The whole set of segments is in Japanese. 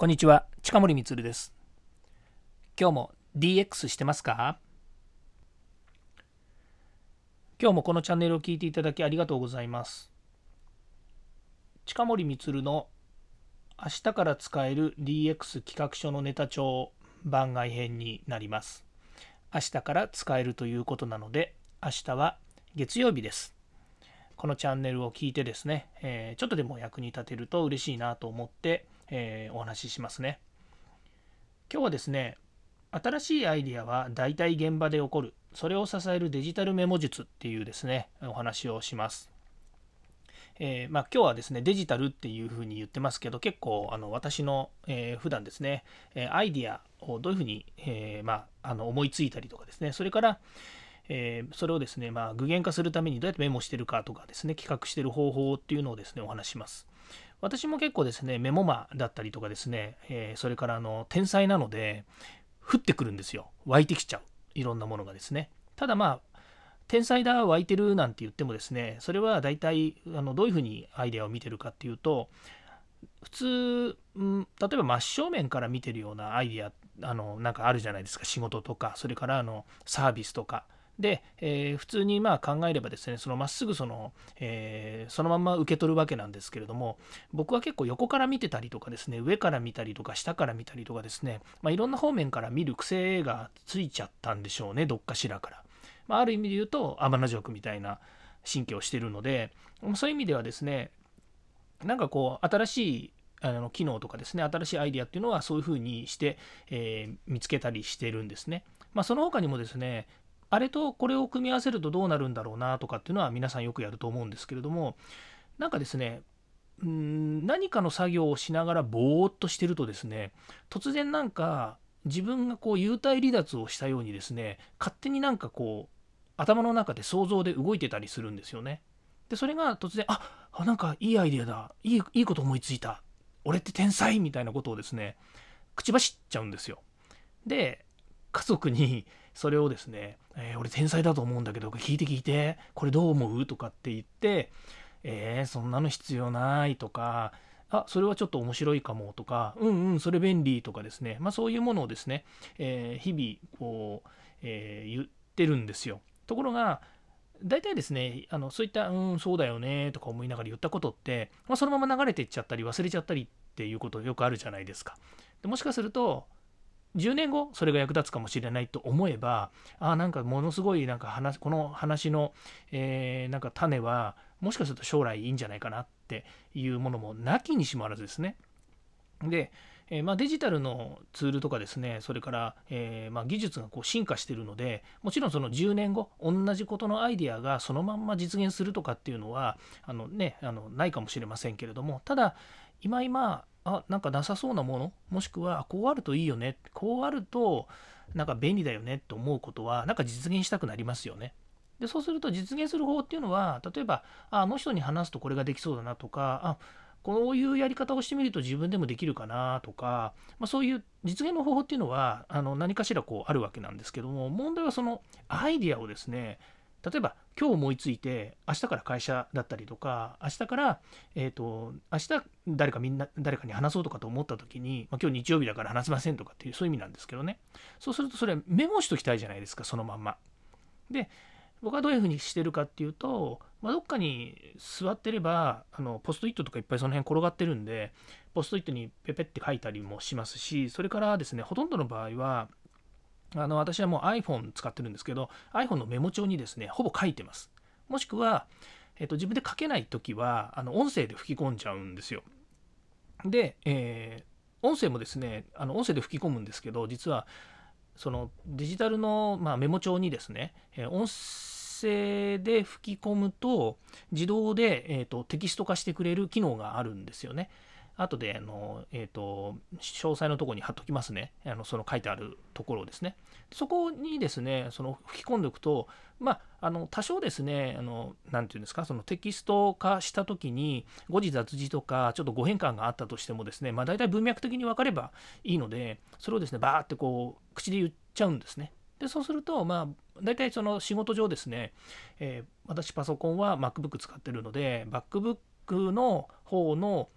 こんにちは、近森光です。今日も DX してますか？今日もこのチャンネルを聞いていただきありがとうございます。近森光の明日から使える DX 企画書のネタ帳番外編になります。明日から使えるということなので、明日は月曜日です。このチャンネルを聞いてですね、ちょっとでも役に立てると嬉しいなと思って、お話ししますね。今日はですね、新しいアイディアは大体現場で起こる。それを支えるデジタルメモ術っていうですね、お話をします。今日はですね、デジタルっていうふうに言ってますけど、結構私の、普段ですね、アイディアをどういうふうに、思いついたりとかですね、それから、それをですね、具現化するためにどうやってメモしてるかとかですね、企画してる方法っていうのをですね、お話しします。私も結構ですね、メモマだったりとかですね、それから天才なので、降ってくるんですよ。湧いてきちゃう。いろんなものがですね。ただ天才だ、湧いてるなんて言ってもですね、それは大体どういうふうにアイデアを見てるかっていうと、普通、例えば真正面から見てるようなアイデア、なんかあるじゃないですか。仕事とか、それからサービスとか。で、普通に考えればですね、そのまっすぐそのまま受け取るわけなんですけれども、僕は結構横から見てたりとかですね、上から見たりとか、下から見たりとかですね、いろんな方面から見る癖がついちゃったんでしょうね、どっかしらから。ある意味で言うと、天の弱みたいな神経をしているので、そういう意味ではですね、なんかこう新しい機能とかですね、新しいアイディアっていうのはそういうふうにして、見つけたりしてるんですね。その他にもですね、あれとこれを組み合わせるとどうなるんだろうなとかっていうのは皆さんよくやると思うんですけれども、なんかですね、何かの作業をしながらぼーっとしてるとですね、突然なんか自分がこう幽体離脱をしたようにですね、勝手になんかこう頭の中で想像で動いてたりするんですよね。で、それが突然、なんかいいアイデアだ、いいこと思いついた、俺って天才みたいなことをですね、口走っちゃうんですよ。で、家族にそれをですね、俺天才だと思うんだけど、聞いて、これどう思うとかって言って、そんなの必要ないとか、それはちょっと面白いかもとか、それ便利とかですね、そういうものをですね、日々こう、言ってるんですよ。ところが、大体ですね、そういった、そうだよねとか思いながら言ったことって、そのまま流れていっちゃったり忘れちゃったりっていうことよくあるじゃないですか。でもしかすると、10年後それが役立つかもしれないと思えば、なんかものすごいなんかこの話の、なんか種はもしかすると将来いいんじゃないかなっていうものもなきにしもあらずですね。で、デジタルのツールとかですね、それから、技術がこう進化しているので、もちろんその10年後、同じことのアイデアがそのまんま実現するとかっていうのは、ないかもしれませんけれども、ただ、今、なんかなさそうなもの、もしくは、こうあるといいよね、こうあると、なんか便利だよねと思うことは、なんか実現したくなりますよね。で、そうすると実現する方法っていうのは、例えば、あの人に話すとこれができそうだなとか、こういうやり方をしてみると自分でもできるかなとか、そういう実現の方法っていうのは何かしらこうあるわけなんですけども、問題はそのアイディアをですね、例えば今日思いついて明日から会社だったりとか、明日から、明日誰かに話そうとかと思った時に、今日日曜日だから話せませんとかっていうそういう意味なんですけどね、そうするとそれメモしときたいじゃないですか、そのまんま。で、僕はどういうふうにしてるかっていうと、どっかに座ってればポストイットとかいっぱいその辺転がってるんで、ポストイットにペペって書いたりもしますし、それからですね、ほとんどの場合は私はもう iPhone 使ってるんですけど、 iPhone のメモ帳にですねほぼ書いてます。もしくは、自分で書けないときは音声で吹き込んじゃうんですよ。で、音声もですね音声で吹き込むんですけど、実はそのデジタルの、メモ帳にですね、音声で吹き込むと自動で、テキスト化してくれる機能があるんですよね。後で詳細のところに貼っときますね。その書いてあるところをですね。そこにですね、その吹き込んでおくと、多少ですね、なんていうんですか、そのテキスト化したときに、誤字脱字とか、ちょっと誤変換があったとしてもですね、大体文脈的に分かればいいので、それをですね、バーってこう、口で言っちゃうんですね。で、そうすると、大体その仕事上ですね、私パソコンは MacBook 使ってるので、MacBook の方の、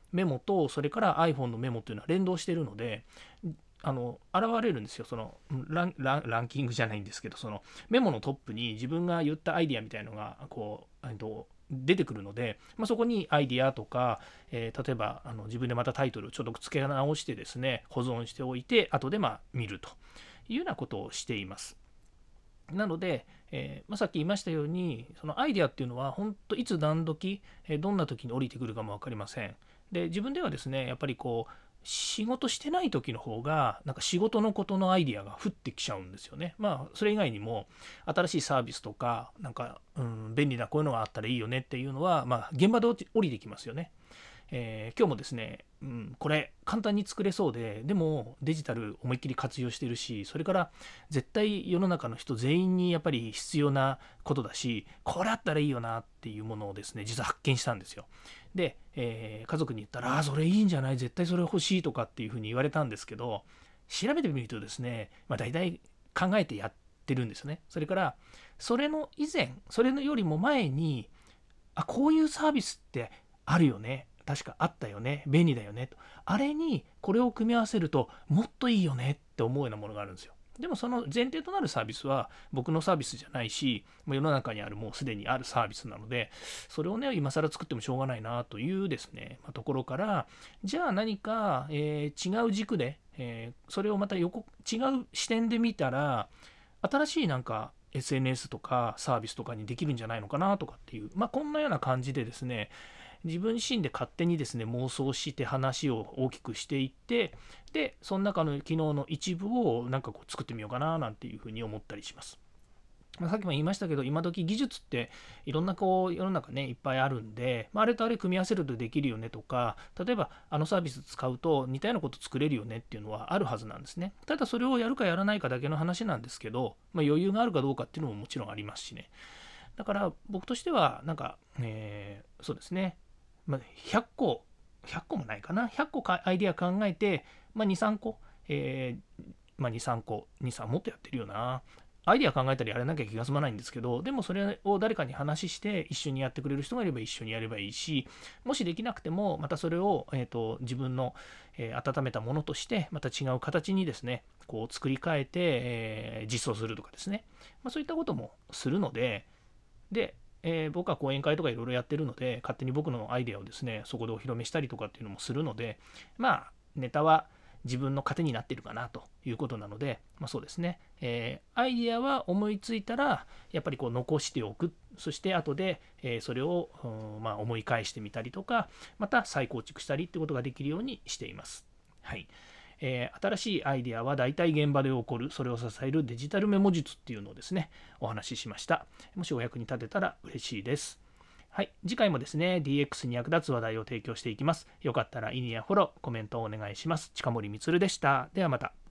メモとそれから iPhone のメモというのは連動しているので、現れるんですよ。そのランキングじゃないんですけど、そのメモのトップに自分が言ったアイディアみたいのがこう出てくるので、そこにアイディアとか、例えば自分でまたタイトルをちょっと付け直してですね、保存しておいて後で見るというようなことをしています。なので、さっき言いましたように、そのアイデアっていうのは本当いつ何時、どんな時に降りてくるかも分かりません。で、自分ではですね、やっぱり仕事してない時の方がなんか仕事のことのアイディアが降ってきちゃうんですよね。それ以外にも新しいサービスとかなんか、便利なこういうのがあったらいいよねっていうのは、現場で降りてきますよね。今日もですね、これ簡単に作れそうでもデジタル思いっきり活用してるし、それから絶対世の中の人全員にやっぱり必要なことだし、これあったらいいよなっていうものをですね、実は発見したんですよ。で、家族に言ったら、それいいんじゃない、絶対それ欲しいとかっていうふうに言われたんですけど、調べてみるとですね、大体考えてやってるんですよね。それからそれの以前、それのよりも前に、こういうサービスってあるよね、確かあったよね、便利だよねと、あれにこれを組み合わせるともっといいよねって思うようなものがあるんですよ。でもその前提となるサービスは僕のサービスじゃないし、世の中にあるもうすでにあるサービスなので、それをね今更作ってもしょうがないなというですね、ところから、じゃあ何か、違う軸で、それをまた違う視点で見たら、新しいなんか SNS とかサービスとかにできるんじゃないのかなとかっていう、こんなような感じでですね、自分自身で勝手にですね妄想して話を大きくしていって、でその中の機能の一部をなんか作ってみようかななんていうふうに思ったりします。さっきも言いましたけど、今時技術っていろんな世の中ねいっぱいあるんで、あれとあれ組み合わせるとできるよねとか、例えばあのサービス使うと似たようなこと作れるよねっていうのはあるはずなんですね。ただそれをやるかやらないかだけの話なんですけど、余裕があるかどうかっていうのももちろんありますしね。だから僕としてはなんか、そうですね、100個もないかな、100個アイデア考えて、2、3個、2、3個、2、3もっとやってるよな。アイデア考えたりやらなきゃ気が済まないんですけど、でもそれを誰かに話して一緒にやってくれる人がいれば一緒にやればいいし、もしできなくてもまたそれを、自分の、温めたものとしてまた違う形にですね作り変えて、実装するとかですね、そういったこともするので、僕は講演会とかいろいろやってるので、勝手に僕のアイデアをですねそこでお披露目したりとかっていうのもするので、ネタは自分の糧になっているかなということなので、そうですね、アイデアは思いついたらやっぱり残しておく、そして後で、それを、思い返してみたりとか、また再構築したりってことができるようにしています。はい。新しいアイデアは大体現場で起こる、それを支えるデジタルメモ術っていうのをですねお話ししました。もしお役に立てたら嬉しいです。はい、次回もですね DX に役立つ話題を提供していきます。よかったらいいねやフォロー、コメントをお願いします。近森光でした。ではまた。